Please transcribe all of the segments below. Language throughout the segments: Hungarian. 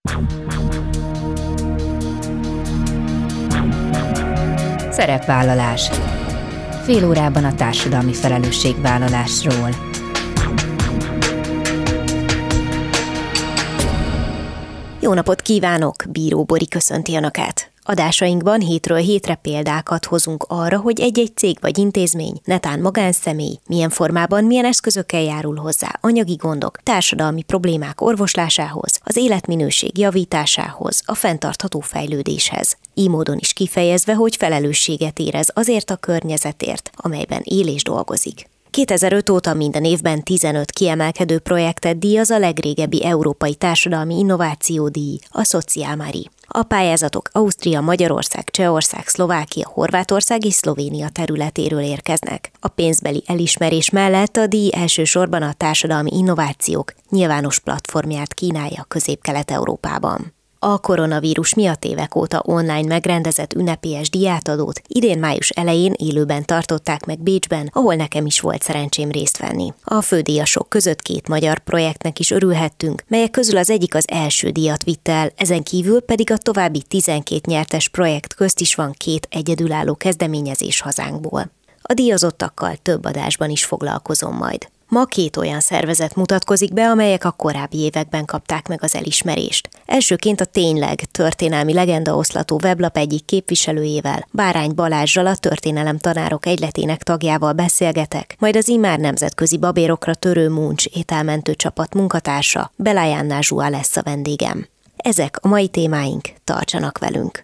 Szerepvállalás. Fél órában a társadalmi felelősségvállalásról. Jó napot kívánok! Bíró Bori köszönti Önöket! Adásainkban hétről hétre példákat hozunk arra, hogy egy-egy cég vagy intézmény, netán magánszemély, milyen formában, milyen eszközökkel járul hozzá anyagi gondok, társadalmi problémák orvoslásához, az életminőség javításához, a fenntartható fejlődéshez. Így módon is kifejezve, hogy felelősséget érez azért a környezetért, amelyben él és dolgozik. 2005 óta minden évben 15 kiemelkedő projektet díjaz a legrégebbi európai társadalmi innovációdíj, a Szociálmári. A pályázatok Ausztria, Magyarország, Csehország, Szlovákia, Horvátország és Szlovénia területéről érkeznek. A pénzbeli elismerés mellett a díj elsősorban a társadalmi innovációk nyilvános platformját kínálja Közép-Kelet-Európában. A koronavírus miatt évek óta online megrendezett ünnepélyes díjátadót idén május elején élőben tartották meg Bécsben, ahol nekem is volt szerencsém részt venni. A fődíjasok között 2 magyar projektnek is örülhettünk, melyek közül az egyik az első díjat vitte el, ezen kívül pedig a további 12 nyertes projekt közt is van 2 egyedülálló kezdeményezés hazánkból. A díjazottakkal több adásban is foglalkozom majd. Ma 2 olyan szervezet mutatkozik be, amelyek a korábbi években kapták meg az elismerést. Elsőként a Tényleg történelmi legendaoszlató weblap egyik képviselőjével, Bárány Balázssal, a Történelemtanárok Egyletének tagjával beszélgetek, majd az immár nemzetközi babérokra törő Muncs ételmentő csapat munkatársa, Belájánná Zsua lesz a vendégem. Ezek a mai témáink, tartsanak velünk!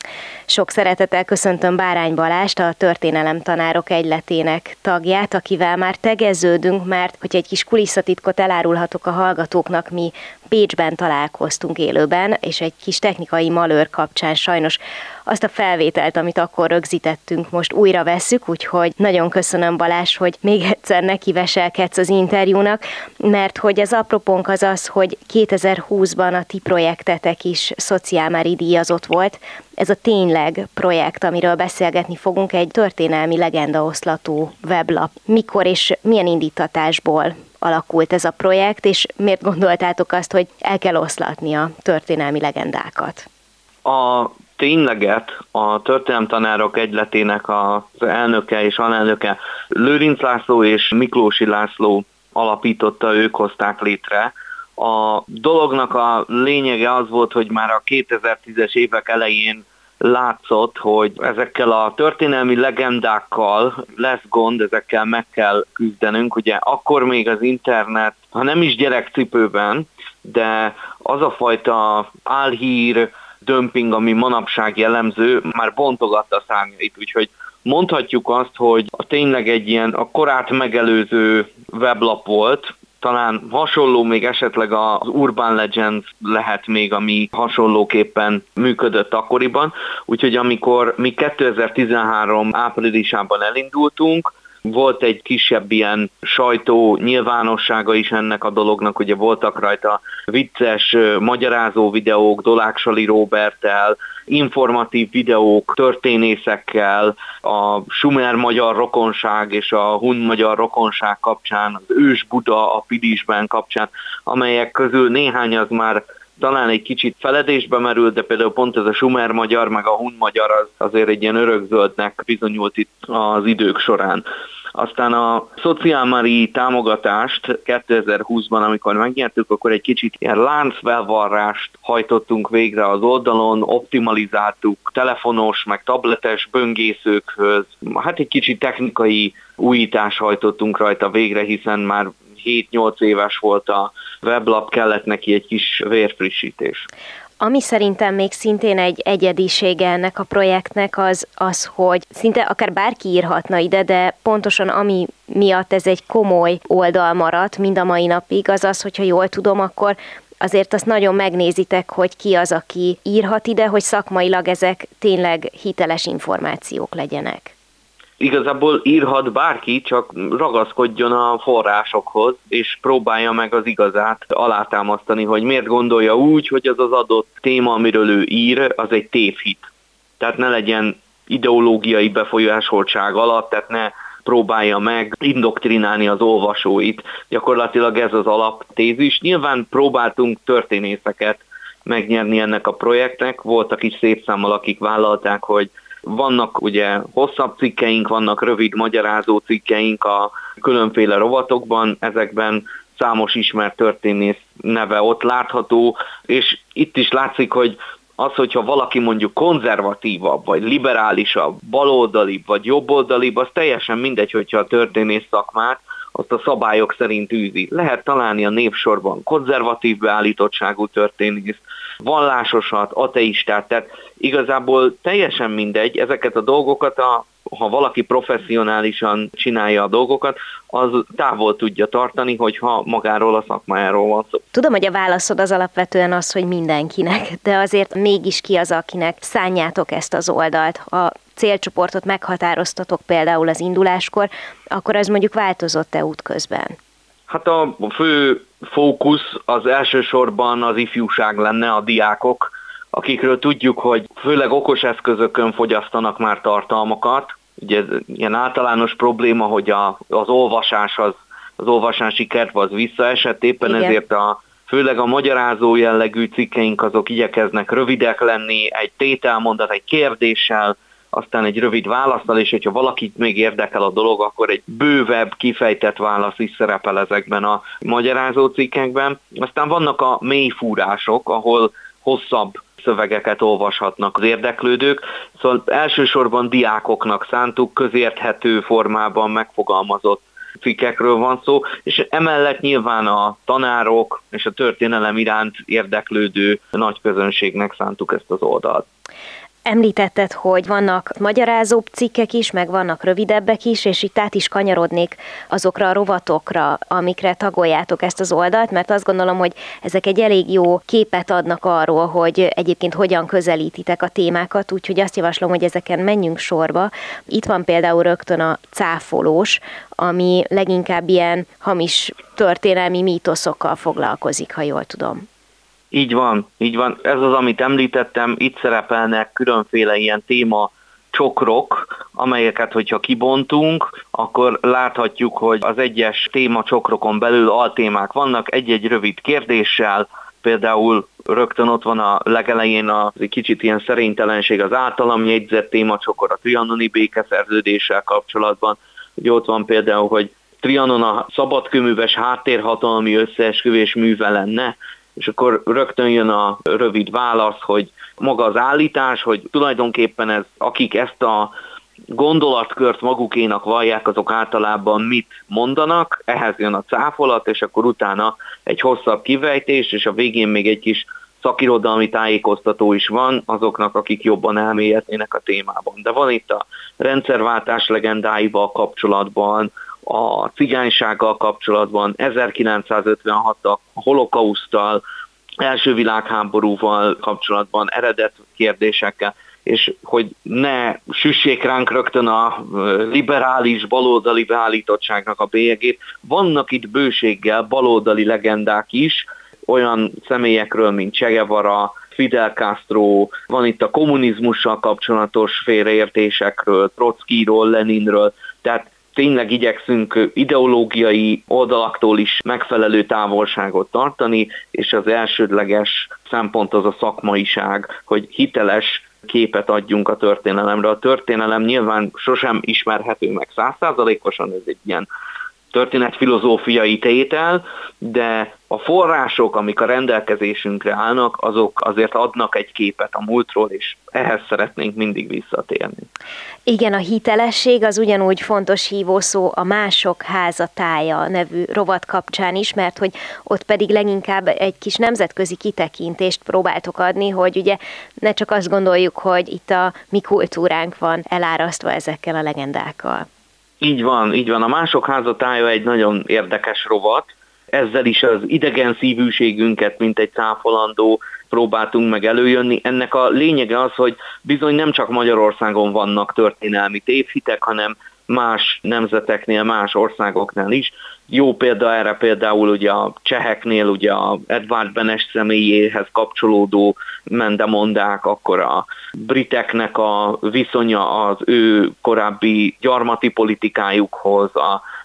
Sok szeretettel köszöntöm Bárány Balázst, a Történelemtanárok Egyletének tagját, akivel már tegeződünk, mert hogyha egy kis kulisszatitkot elárulhatok a hallgatóknak, mi Bécsben találkoztunk élőben, és egy kis technikai malőr kapcsán sajnos azt a felvételt, amit akkor rögzítettünk, most újra vesszük, úgyhogy nagyon köszönöm, Balázs, hogy még egyszer nekiveselkedsz az interjúnak, mert hogy az apropónk az az, hogy 2020-ban a ti projektetek is Szociálmári díjazott volt. Ez a Tényleg projekt, amiről beszélgetni fogunk, egy történelmi legendaoszlató weblap. Mikor és milyen indítatásból alakult ez a projekt, és miért gondoltátok azt, hogy el kell oszlatni a történelmi legendákat? A Tényleget a Történelemtanárok Egyletének az elnöke és alelnöke Lőrinc László és Miklósi László alapította, ők hozták létre. A dolognak a lényege az volt, hogy már a 2010-es évek elején látszott, hogy ezekkel a történelmi legendákkal lesz gond, ezekkel meg kell küzdenünk. Ugye akkor még az internet, ha nem is gyerekcipőben, de az a fajta álhír, dömping, ami manapság jellemző, már bontogatta szárnyait, úgyhogy mondhatjuk azt, hogy Tényleg egy ilyen a korát megelőző weblap volt, talán hasonló még esetleg az Urban Legends lehet még, ami hasonlóképpen működött akkoriban. Úgyhogy amikor mi 2013 áprilisában elindultunk, volt egy kisebb ilyen sajtó nyilvánossága is ennek a dolognak, ugye voltak rajta vicces, magyarázó videók Dolág-Sali Róberttel, informatív videók történészekkel, a sumer magyar rokonság és a hun magyar rokonság kapcsán, az ős Buda a Pilisben kapcsán, amelyek közül néhány az már talán egy kicsit feledésbe merült, de például pont ez a sumer magyar meg a hun magyar az azért egy ilyen örökzöldnek bizonyult itt az idők során. Aztán a Szociálmári támogatást 2020-ban, amikor megnyertük, akkor egy kicsit ilyen láncfelvarrást hajtottunk végre az oldalon, optimalizáltuk telefonos, meg tabletes böngészőkhöz. Hát egy kicsit technikai újítást hajtottunk rajta végre, hiszen már 7-8 éves volt a weblap, kellett neki egy kis vérfrissítés. Ami szerintem még szintén egy egyedisége ennek a projektnek az, hogy szinte akár bárki írhatna ide, de pontosan ami miatt ez egy komoly oldal maradt mind a mai napig, az, hogyha jól tudom, akkor azért azt nagyon megnézitek, hogy ki az, aki írhat ide, hogy szakmailag ezek tényleg hiteles információk legyenek. Igazából írhat bárki, csak ragaszkodjon a forrásokhoz, és próbálja meg az igazát alátámasztani, hogy miért gondolja úgy, hogy az az adott téma, amiről ő ír, az egy tévhit. Tehát ne legyen ideológiai befolyásoltság alatt, tehát ne próbálja meg indoktrinálni az olvasóit. Gyakorlatilag ez az alaptézis. Nyilván próbáltunk történészeket megnyerni ennek a projektnek. Voltak is szép számmal, akik vállalták, hogy vannak ugye hosszabb cikkeink, vannak rövid magyarázó cikkeink a különféle rovatokban, ezekben számos ismert történész neve ott látható, és itt is látszik, hogy az, hogyha valaki mondjuk konzervatívabb, vagy liberálisabb, baloldalibb, vagy jobboldalibb, az teljesen mindegy, hogyha a történész szakmát azt a szabályok szerint űzi. Lehet találni a névsorban konzervatív beállítottságú történészt, vallásosat, ateistát, tehát igazából teljesen mindegy, ezeket a dolgokat, ha valaki professzionálisan csinálja a dolgokat, az távol tudja tartani, hogyha magáról a szakmájáról van szó. Tudom, hogy a válaszod az alapvetően az, hogy mindenkinek, de azért mégis ki az, akinek szánjátok ezt az oldalt. A célcsoportot meghatároztatok például az induláskor, akkor az mondjuk változott-e útközben? Hát a fő fókusz az elsősorban az ifjúság lenne, a diákok, akikről tudjuk, hogy főleg okos eszközökön fogyasztanak már tartalmakat. Ugye ez ilyen általános probléma, hogy az olvasás, az olvasási kedv az visszaesett, éppen igen. Ezért főleg a magyarázó jellegű cikkeink azok igyekeznek rövidek lenni, egy tételmondat, egy kérdéssel, aztán egy rövid választal, és hogyha valakit még érdekel a dolog, akkor egy bővebb, kifejtett válasz is szerepel ezekben a magyarázó cikkekben. Aztán vannak a mélyfúrások, ahol hosszabb szövegeket olvashatnak az érdeklődők, szóval elsősorban diákoknak szántuk, közérthető formában megfogalmazott cikkekről van szó, és emellett nyilván a tanárok és a történelem iránt érdeklődő nagy közönségnek szántuk ezt az oldalt. Említetted, hogy vannak magyarázóbb cikkek is, meg vannak rövidebbek is, és itt át is kanyarodnék azokra a rovatokra, amikre tagoljátok ezt az oldalt, mert azt gondolom, hogy ezek egy elég jó képet adnak arról, hogy egyébként hogyan közelítitek a témákat, úgyhogy azt javaslom, hogy ezeken menjünk sorba. Itt van például rögtön a cáfolós, ami leginkább ilyen hamis történelmi mítoszokkal foglalkozik, ha jól tudom. Így van. Ez az, amit említettem, itt szerepelnek különféle ilyen témacsokrok, amelyeket, hogyha kibontunk, akkor láthatjuk, hogy az egyes témacsokrokon belül altémák vannak, egy-egy rövid kérdéssel, például rögtön ott van a legelején egy kicsit ilyen szerénytelenség, az általam jegyzett témacsokor a trianoni békeszerződéssel kapcsolatban. Ugye ott van például, hogy Trianon a szabadkőműves háttérhatalmi összeesküvés műve lenne, és akkor rögtön jön a rövid válasz, hogy maga az állítás, hogy tulajdonképpen akik ezt a gondolatkört magukénak vallják, azok általában mit mondanak, ehhez jön a cáfolat, és akkor utána egy hosszabb kifejtés, és a végén még egy kis szakirodalmi tájékoztató is van azoknak, akik jobban elmélyednének a témában. De van itt a rendszerváltás legendáival kapcsolatban, a cigánysággal kapcsolatban, 1956-a holokauszttal, első világháborúval kapcsolatban eredet kérdésekkel, és hogy ne süssék ránk rögtön a liberális, baloldali beállítottságnak a bélyegét. Vannak itt bőséggel baloldali legendák is, olyan személyekről, mint Che Guevara, Fidel Castro, van itt a kommunizmussal kapcsolatos félreértésekről, Trockiról, Leninről, tehát tényleg igyekszünk ideológiai oldalaktól is megfelelő távolságot tartani, és az elsődleges szempont az a szakmaiság, hogy hiteles képet adjunk a történelemre. A történelem nyilván sosem ismerhető meg 100%-osan, ez egy ilyen történetfilozófiai tétel, de a források, amik a rendelkezésünkre állnak, azok azért adnak egy képet a múltról, és ehhez szeretnénk mindig visszatérni. Igen, a hitelesség az ugyanúgy fontos hívószó a Mások háza tája nevű rovat kapcsán is, mert hogy ott pedig leginkább egy kis nemzetközi kitekintést próbáltok adni, hogy ugye ne csak azt gondoljuk, hogy itt a mi kultúránk van elárasztva ezekkel a legendákkal. Így van. A Mások háza tája egy nagyon érdekes rovat. Ezzel is az idegen szívűségünket, mint egy cáfolandó próbáltunk meg előjönni. Ennek a lényege az, hogy bizony nem csak Magyarországon vannak történelmi tévhitek, hanem más nemzeteknél, más országoknál is. Jó példa erre például ugye a cseheknél, ugye a Edvard Beneš személyéhez kapcsolódó mendemondák, akkor a briteknek a viszonya az ő korábbi gyarmati politikájukhoz, a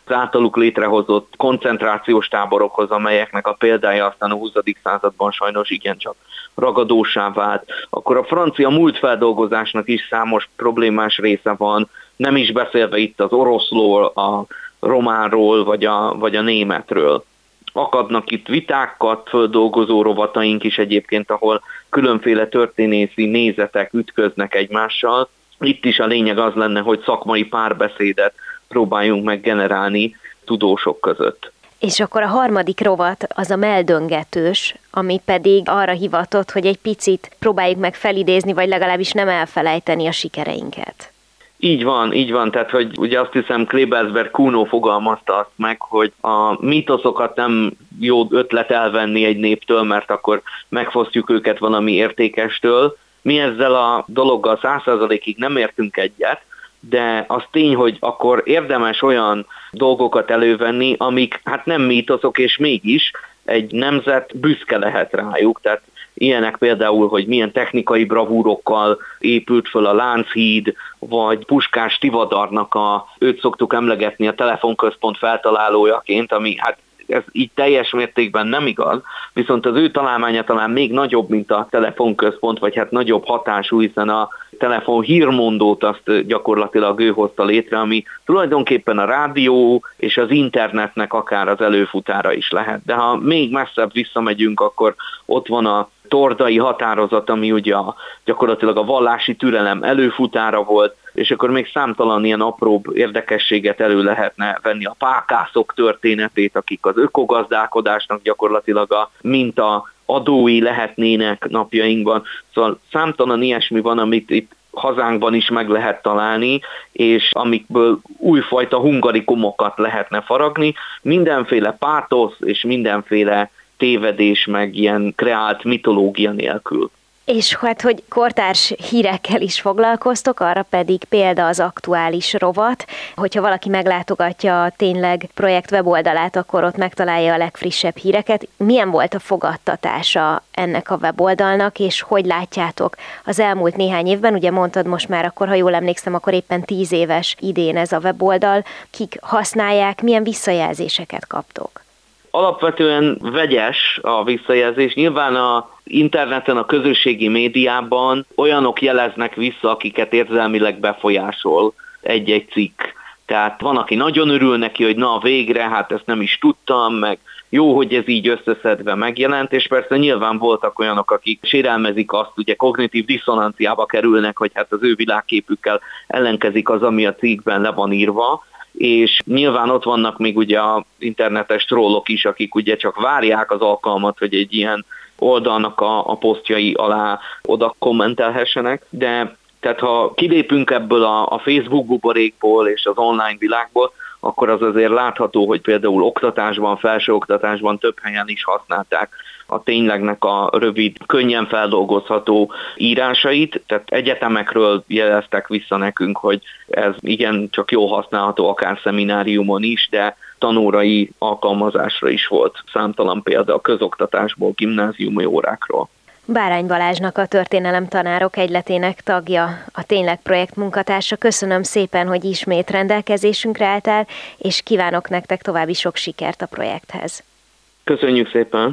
általuk létrehozott koncentrációs táborokhoz, amelyeknek a példája aztán a 20. században sajnos igencsak ragadósá vált. Akkor a francia múltfeldolgozásnak is számos problémás része van, nem is beszélve itt az oroszról, a románról vagy a németről. Akadnak itt vitákat, földolgozó rovataink is egyébként, ahol különféle történészi nézetek ütköznek egymással. Itt is a lényeg az lenne, hogy szakmai párbeszédet próbáljunk meg generálni tudósok között. És akkor a harmadik rovat az a melldöngetős, ami pedig arra hivatott, hogy egy picit próbáljuk meg felidézni, vagy legalábbis nem elfelejteni a sikereinket. Így van, tehát hogy ugye azt hiszem Klebersberg Kuno fogalmazta azt meg, hogy a mítoszokat nem jó ötlet elvenni egy néptől, mert akkor megfosztjuk őket valami értékestől. Mi ezzel a dologgal 100%-ig nem értünk egyet, de az tény, hogy akkor érdemes olyan dolgokat elővenni, amik hát nem mítoszok, és mégis egy nemzet büszke lehet rájuk, tehát ilyenek például, hogy milyen technikai bravúrokkal épült föl a Lánchíd, vagy Puskás Tivadarnak őt szoktuk emlegetni a telefonközpont feltalálójaként, ami hát ez így teljes mértékben nem igaz, viszont az ő találmánya talán még nagyobb, mint a telefonközpont, vagy hát nagyobb hatású, hiszen a telefon hírmondót azt gyakorlatilag ő hozta létre, ami tulajdonképpen a rádió és az internetnek akár az előfutára is lehet. De ha még messzebb visszamegyünk, akkor ott van a Tordai határozat, ami ugye gyakorlatilag a vallási türelem előfutára volt, és akkor még számtalan ilyen apróbb érdekességet elő lehetne venni, a pákászok történetét, akik az ökogazdálkodásnak gyakorlatilag a minta adói lehetnének napjainkban. Szóval számtalan ilyesmi van, amit itt hazánkban is meg lehet találni, és amikből újfajta hungarikumokat lehetne faragni, mindenféle pátosz és mindenféle tévedés, meg ilyen kreált mitológia nélkül. És hát, hogy kortárs hírekkel is foglalkoztok, arra pedig példa az aktuális rovat. Hogyha valaki meglátogatja a Tényleg projekt weboldalát, akkor ott megtalálja a legfrissebb híreket. Milyen volt a fogadtatása ennek a weboldalnak, és hogy látjátok az elmúlt néhány évben? Ugye mondtad most már, akkor, ha jól emlékszem, akkor éppen 10 éves idén ez a weboldal. Kik használják, milyen visszajelzéseket kaptok? Alapvetően vegyes a visszajelzés. Nyilván a interneten, a közösségi médiában olyanok jeleznek vissza, akiket érzelmileg befolyásol egy-egy cikk. Tehát van, aki nagyon örül neki, hogy na végre, hát ezt nem is tudtam, meg jó, hogy ez így összeszedve megjelent, és persze nyilván voltak olyanok, akik sérelmezik azt, ugye kognitív diszonanciába kerülnek, hogy hát az ő világképükkel ellenkezik az, ami a cikkben le van írva, és nyilván ott vannak még ugye az internetes trollok is, akik ugye csak várják az alkalmat, hogy egy ilyen oldalnak a posztjai alá oda kommentelhessenek, de tehát ha kilépünk ebből a Facebook buborékból és az online világból, akkor az azért látható, hogy például oktatásban, felsőoktatásban több helyen is használták a Ténylegnek a rövid, könnyen feldolgozható írásait, tehát egyetemekről jeleztek vissza nekünk, hogy ez igen csak jól használható akár szemináriumon is, de tanórai alkalmazásra is volt számtalan példa a közoktatásból, gimnáziumi órákról. Bárány Balázsnak, a Történelemtanárok Egyletének tagja, a Tényleg projekt munkatársa. Köszönöm szépen, hogy ismét rendelkezésünkre álltál, és kívánok nektek további sok sikert a projekthez. Köszönjük szépen!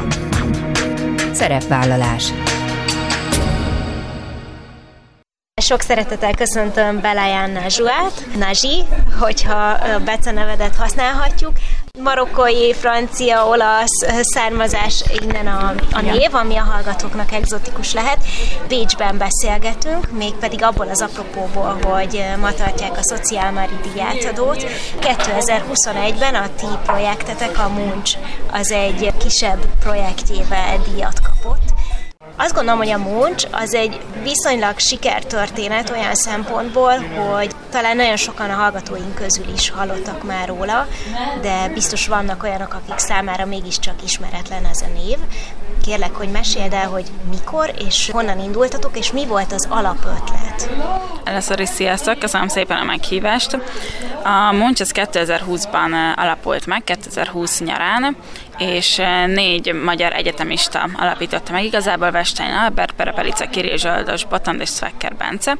Szerepvállalás. Sok szeretettel köszöntöm Belayán Najouát, Naji, hogyha becenevedet használhatjuk. Marokkói, francia, olasz származás innen a név, ami a hallgatóknak egzotikus lehet. Bécsben beszélgetünk, mégpedig abból az apropóból, hogy ma tartják a Szociálmári díjátadót. 2021-ben a ti projektetek, a Muncs, az egy kisebb projektjével díjat kapott. Azt gondolom, hogy a Muncs az egy viszonylag sikertörténet olyan szempontból, hogy talán nagyon sokan a hallgatóink közül is hallottak már róla, de biztos vannak olyanok, akik számára mégiscsak ismeretlen ez a név. kérlek, hogy meséld el, hogy mikor és honnan indultatok, és mi volt az alapötlet. Először is sziasztok, köszönöm szépen a meghívást. A Munch az 2020-ban alapult meg, 2020 nyarán, és 4 magyar egyetemista alapította meg, igazából Vestein Albert, Perepelice Kirill, Zsoldos Botond és Szvekker Bence,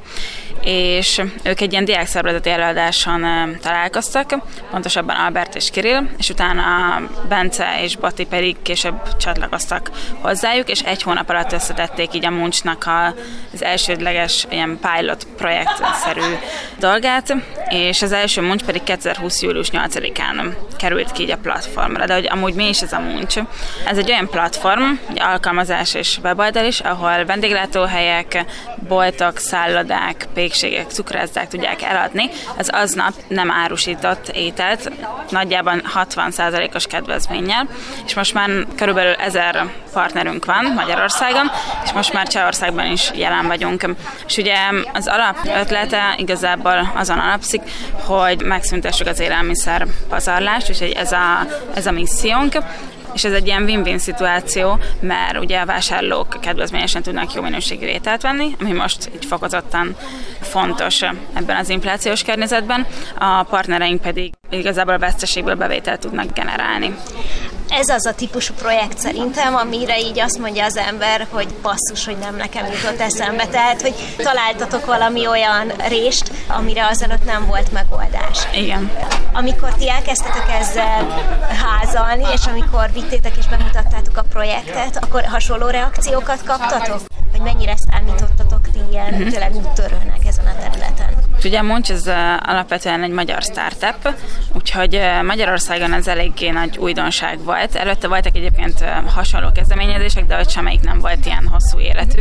és ők egy ilyen diákszervezeti előadáson találkoztak, pontosabban Albert és Kirill, és utána Bence és Boti pedig később csatlakoztak hozzájuk, és 1 hónap alatt összetették így a Munchnak az elsődleges ilyen pilot projektszerű dolgát, és az első Munch pedig 2020. július 8-án került ki így a platformra, de hogy amúgy mi is ez a Munch. Ez egy olyan platform, egy alkalmazás és weboldal is, ahol vendéglátóhelyek, boltok, szállodák, pékségek, cukrászdák tudják eladni az aznap nem árusított ételt, nagyjából 60%-os kedvezménnyel, és most már körülbelül 1000 partnerünk van Magyarországon, és most már Csehországban is jelen vagyunk. És ugye az alap ötlete igazából azon alapszik, hogy megszüntessük az élelmiszer pazarlást, úgyhogy ez a missziónk. És ez egy ilyen win-win szituáció, mert ugye a vásárlók kedvezményesen tudnak jó minőségű ételt venni, ami most így fokozottan fontos ebben az inflációs környezetben, a partnereink pedig igazából veszteségből bevételt tudnak generálni. Ez az a típusú projekt szerintem, amire így azt mondja az ember, hogy basszus, hogy nem nekem jutott eszembe. Tehát, hogy találtatok valami olyan rést, amire azelőtt nem volt megoldás. Igen. Amikor ti elkezdtetek ezzel házalni, és amikor vittétek és bemutattátok a projektet, akkor hasonló reakciókat kaptatok? Vagy mennyire számítottatok ti ilyen tényleg úttörőnek ezen a területen? Ugye a Munch ez alapvetően egy magyar startup, úgyhogy Magyarországon ez eléggé nagy újdonság volt. Előtte voltak egyébként hasonló kezdeményezések, de hogy semmelyik nem volt ilyen hosszú életű,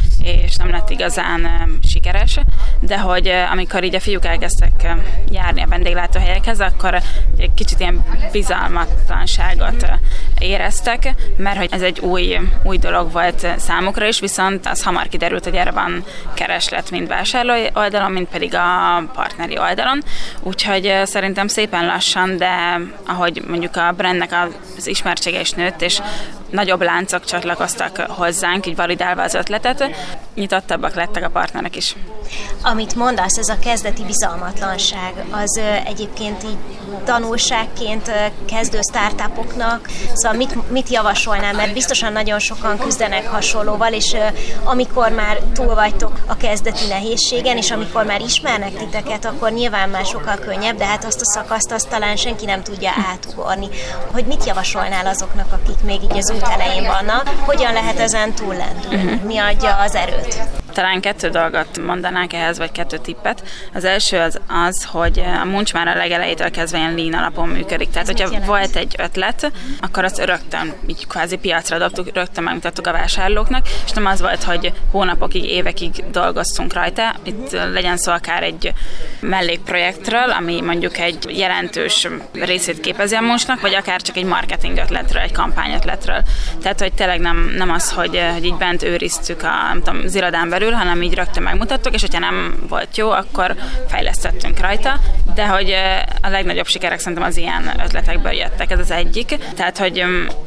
és nem lett igazán sikeres, de hogy amikor így a fiúk elkezdtek járni a vendéglátóhelyekhez, akkor egy kicsit ilyen bizalmatlanságot éreztek, mert hogy ez egy új dolog volt számukra is, viszont az hamar kiderült, hogy erre van kereslet mind vásárlói oldalon, mind pedig a partneri oldalon. Úgyhogy szerintem szépen lassan, de ahogy mondjuk a brandnek az ismertsége is nőtt, és nagyobb láncok csatlakoztak hozzánk, így validálva az ötletet, nyitottabbak lettek a partnerek is. Amit mondasz, ez a kezdeti bizalmatlanság, az egyébként így tanulságként kezdő startupoknak, szóval mit javasolnál, mert biztosan nagyon sokan küzdenek hasonlóval, és amikor már túl vagytok a kezdeti nehézségen, és amikor már ismernek titeket, akkor nyilván már sokkal könnyebb, de hát azt a szakaszt azt talán senki nem tudja átugorni. Hogy mit javasolnál azoknak, akik még így az út elején vannak, hogyan lehet ezen túllendülni? Mi adja az erőt? Talán 2 dolgot mondanánk ehhez, vagy 2 tippet. Az első az, hogy a Munch már a legelejétől kezdve ilyen lean alapon működik. Tehát, hogyha volt egy ötlet, akkor azt rögtön így kvázi piacra dobtuk, rögtön megmutattuk a vásárlóknak, és nem az volt, hogy hónapokig, évekig dolgoztunk rajta. Itt legyen szó akár egy mellékprojektről, ami mondjuk egy jelentős részét képezi a Munchnak, vagy akár csak egy marketing ötletről, egy kampány ötletről. Tehát, hogy tényleg nem az, hogy így bent őriztük az irodán belül, hanem így rögtön megmutattuk, és hogyha nem volt jó, akkor fejlesztettünk rajta, de hogy a legnagyobb sikerek szerintem az ilyen ötletekből jöttek, ez az egyik. Tehát, hogy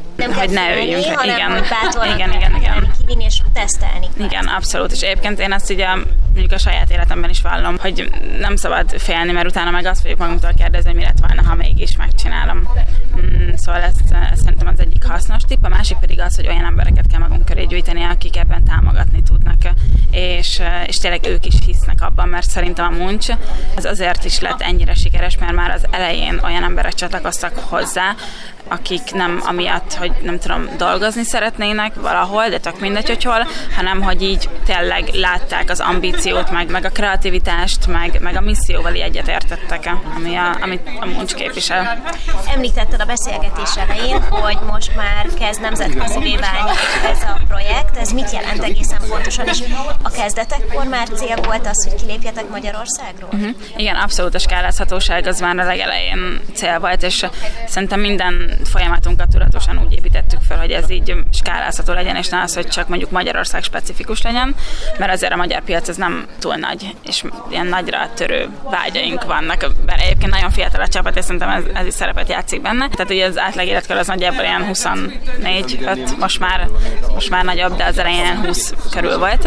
ne öljünk. Igen, igen. kivinni és tesztelni. Igen, abszolút. És egyébként én ezt ugye mondjuk a saját életemben is vallom, hogy nem szabad félni, mert utána meg azt fogjuk magunktól kérdezni, hogy mi lett volna, ha mégis megcsinálom. Szóval ez szerintem az egyik hasznos tipp, a másik pedig az, hogy olyan embereket kell magunk köré gyűjteni, akik ebben támogatni tudnak, és tényleg ők is hisznek abban, mert szerintem a Munch az azért is lett ennyire sikeres, mert már az elején olyan emberek csatlakoztak hozzá, akik nem amiatt, hogy nem tudom, dolgozni szeretnének valahol, de tök mindegy, hogy hol, hanem hogy így tényleg látták az ambíciót, meg a kreativitást, meg a misszióval így egyetértettek, amit a Munch képvisel. Említetted a beszélgetés elején, hogy most már kezd nemzetközivé válni ez a projekt. Ez mit jelent egészen pontosan? És a kezdetekkor már cél volt az, hogy kilépjetek Magyarországról? Igen, abszolút a skálázhatóság az már a legelején cél volt, és szerintem minden folyamatunkat tudatosan úgy építettük fel, hogy ez így skálázható legyen, és ne az, hogy csak mondjuk Magyarország specifikus legyen, mert azért a magyar piac ez nem túl nagy, és ilyen nagyra törő vágyaink vannak, mert egyébként nagyon fiatal a csapat, és szerintem ez is szerepet játszik benne. Tehát ugye az átlag életkor az nagyjából ilyen 24-5, most már nagyobb, de az elején 20 körül volt.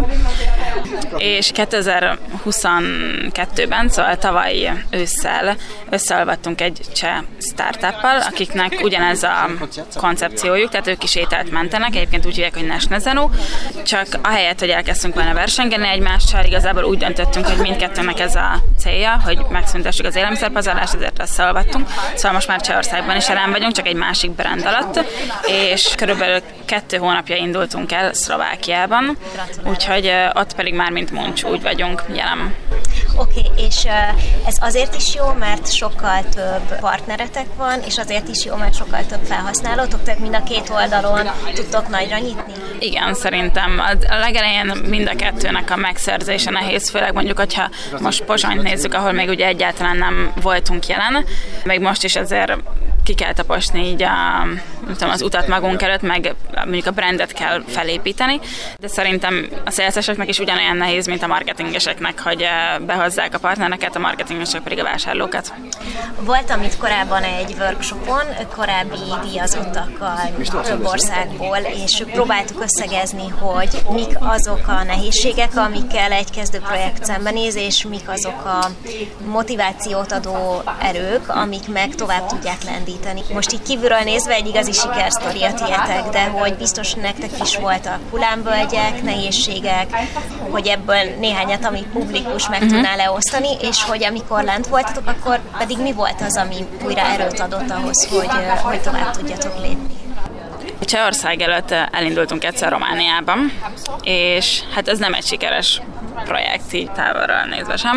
És 2022-ben, szóval tavaly ősszel összeolvadtunk egy cseh startuppal, akiknek ugyanez a koncepciójuk, tehát ők is ételt mentenek, egyébként úgy hívják, hogy National Zenu, csak ahelyett, hogy elkezdtünk volna versengeni egymással, igazából úgy döntöttünk, hogy mindkettőnek ez a célja, hogy megszüntessük az élelmiszerpazarlást, ezért összeolvadtunk. Szóval most már Csehországban is jelen vagyunk, csak egy másik brand alatt, és körülbelül 2 hónapja indultunk el Szlovákiában, úgyhogy ott pedig már mint Munch úgy vagyunk jelen. Oké, és ez azért is jó, mert sokkal több partneretek van, és azért is jó, mert sokkal több felhasználótok, tehát mind a két oldalon tudtok nagyra nyitni? Igen, szerintem a legelején mind a kettőnek a megszerzése nehéz, főleg mondjuk, hogyha most Pozsonyt nézzük, ahol még ugye egyáltalán nem voltunk jelen, meg most is azért ki kell taposni így az utat magunk előtt, meg mondjuk a brandet kell felépíteni, de szerintem a szélszeseknek is ugyanolyan nehéz, mint a marketingeseknek, hogy behozzák a partnereket, a marketingesek pedig a vásárlókat. Voltam itt korábban egy workshopon, korábbi díjazottakkal több országból, és próbáltuk összegezni, hogy mik azok a nehézségek, amikkel egy kezdőprojekt szembenéz, és mik azok a motivációt adó erők, amik meg tovább tudják lendíteni. Most így kívülről nézve egy igazi sikersztori a tietek, de hogy biztos nektek is voltak hullámvölgyek, nehézségek, hogy ebből néhányat, ami publikus meg tudnál leosztani, és hogy amikor lent voltatok, akkor pedig mi volt az, ami újra erőt adott ahhoz, hogy tovább tudjatok lépni? Csehország előtt elindultunk egyszer Romániában, és hát ez nem egy sikeres projekt, így távolról nézve sem.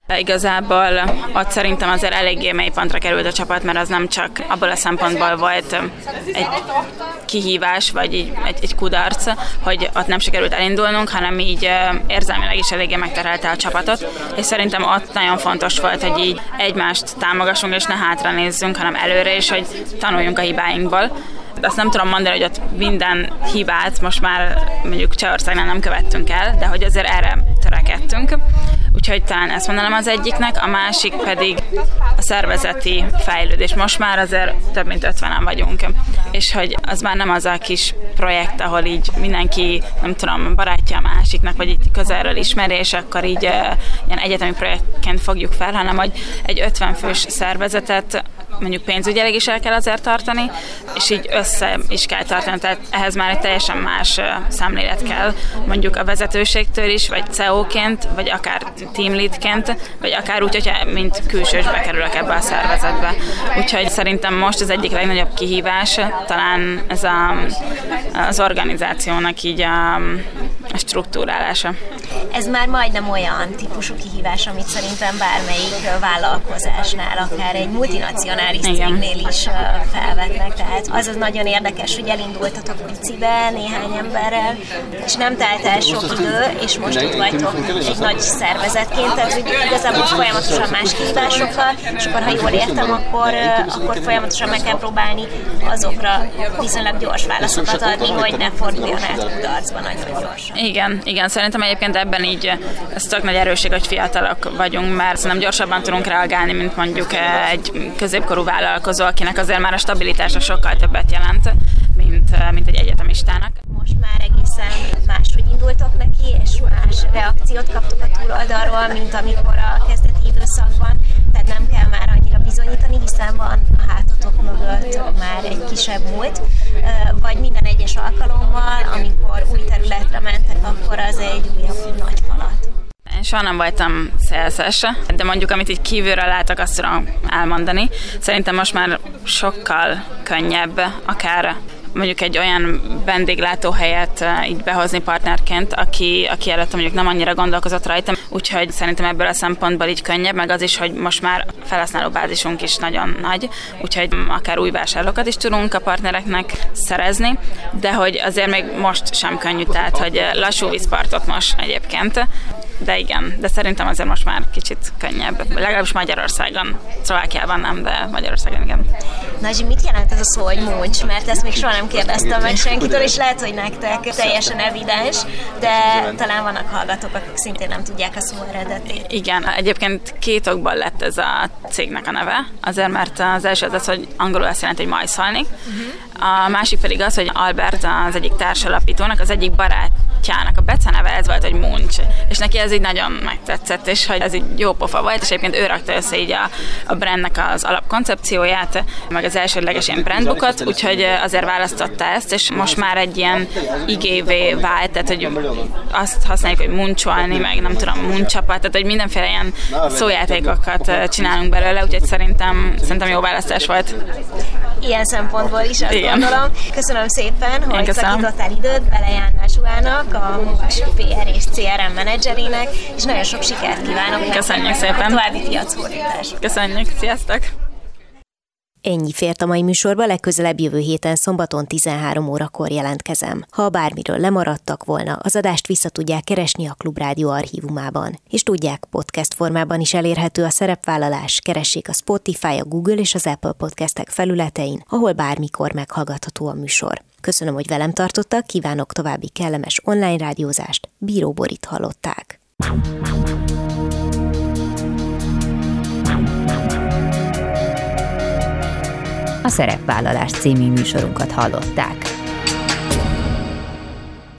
Igazából ott szerintem azért eléggé mélypontra került a csapat, mert az nem csak abból a szempontból volt egy kihívás, vagy így egy kudarc, hogy ott nem sikerült elindulnunk, hanem így érzelmileg is eléggé megterelte a csapatot, és szerintem ott nagyon fontos volt, hogy így egymást támogassunk, és ne hátra nézzünk, hanem előre, és hogy tanuljunk a hibáinkból. Azt nem tudom mondani, hogy ott minden hibát most már mondjuk Csehországnál nem követtünk el, de hogy azért erre törekedtünk. Úgyhogy talán ezt mondanám az egyiknek, a másik pedig a szervezeti fejlődés. Most már azért több mint 50-en vagyunk, és hogy az már nem az a kis projekt, ahol így mindenki, nem tudom, barátja a másiknak, vagy így közelről ismeri, és akkor így ilyen egyetemi projektként fogjuk fel, hanem hogy egy 50 fős szervezetet mondjuk pénzügyileg is el kell azért tartani, és így össze is kell tartani, tehát ehhez már egy teljesen más szemlélet kell, mondjuk a vezetőségtől is, vagy CEO-ként, vagy akár teamleadként, vagy akár úgy, hogyha mint külsős bekerülök ebbe a szervezetbe. Úgyhogy szerintem most az egyik legnagyobb kihívás talán ez az organizációnak így a struktúrálása. Ez már majdnem olyan típusú kihívás, amit szerintem bármelyik vállalkozásnál, akár egy multinacionális cégnél is felvetnek. Tehát az nagyon érdekes, hogy elindultatok picibe néhány emberrel, és nem telt el sok idő, és most itt vagytok egy nagy szervezetként, tehát hogy igazából folyamatosan más kihívásokkal, és akkor ha jól értem, akkor folyamatosan meg kell próbálni azokra viszonylag gyors válaszokat adni, hogy ne forduljon át kudarcba nagyon gyorsan. Igen, szerintem egyébként ebben így ez tök nagy erősség, hogy fiatalok vagyunk, mert szerintem gyorsabban tudunk reagálni, mint mondjuk egy középkorú vállalkozó, akinek azért már a stabilitása sokkal többet jelent, mint egy egyetemistának. Most már egészen máshogy indultok neki, és más reakciót kaptok a túloldalról, mint amikor a kezdeti időszakban, tehát nem kell már annyira bizonyítani, hiszen van a hátatok mögött már egy kisebb múlt, vagy minden egyes alkalommal, amikor új területre mentek, akkor az egy újabb nagy falat. Én soha nem voltam szélszes, de mondjuk amit így kívülről látok, azt tudom elmondani. Szerintem most már sokkal könnyebb, akár mondjuk egy olyan vendéglátóhelyet így behozni partnerként, aki előtt mondjuk nem annyira gondolkozott rajta, úgyhogy szerintem ebből a szempontból így könnyebb, meg az is, hogy most már felhasználóbázisunk is nagyon nagy, úgyhogy akár új vásárlókat is tudunk a partnereknek szerezni, de hogy azért még most sem könnyű, tehát hogy lassú vízpartot most egyébként. de igen, de szerintem azért most már kicsit könnyebb, legalábbis Magyarországon, Szlovákiában nem, de Magyarországon igen. Nagy, mit jelent ez a szó, hogy muncs? Mert ezt még soha nem kérdeztem meg senkitől, és lehet, hogy nektek teljesen evidens, de talán vannak hallgatók, akik szintén nem tudják a szó eredetét. Igen, egyébként 2 okból lett ez a cégnek a neve, azért mert az első az, hogy angolul azt jelenti, hogy majszolni. A másik pedig az, hogy Albert, az egyik társalapítónak, az egyik barátjának a beceneve ez volt, hogy muncs. És neki ez így nagyon megtetszett, és hogy ez így jó pofa volt, és egyébként ő rakta össze így a brandnek az alapkoncepcióját, meg az elsődleges ilyen brandbookot, úgyhogy azért választotta ezt, és most már egy ilyen igévé vált, tehát hogy azt használjuk, hogy muncsolni, meg nem tudom, muncsapat, tehát hogy mindenféle ilyen szójátékokat csinálunk belőle, úgyhogy szerintem jó választás volt. Ilyen szempontból is azt gondolom. Köszönöm szépen, hogy szakítottál időt Bele Jánnál Zsuának, a Muncs PR és CRM menedzserének, és nagyon sok sikert kívánok. Köszönjük szépen. További piacfordítást. Köszönjük, sziasztok! Ennyi fért a mai műsorba, legközelebb jövő héten szombaton 13 órakor jelentkezem. Ha bármiről lemaradtak volna, az adást vissza tudják keresni a Klubrádió archívumában. És tudják, podcast formában is elérhető a szerepvállalás, keressék a Spotify, a Google és az Apple podcastek felületein, ahol bármikor meghallgatható a műsor. Köszönöm, hogy velem tartottak, kívánok további kellemes online rádiózást, Bíró Borit hallották. A Szerepvállalás című műsorunkat hallották.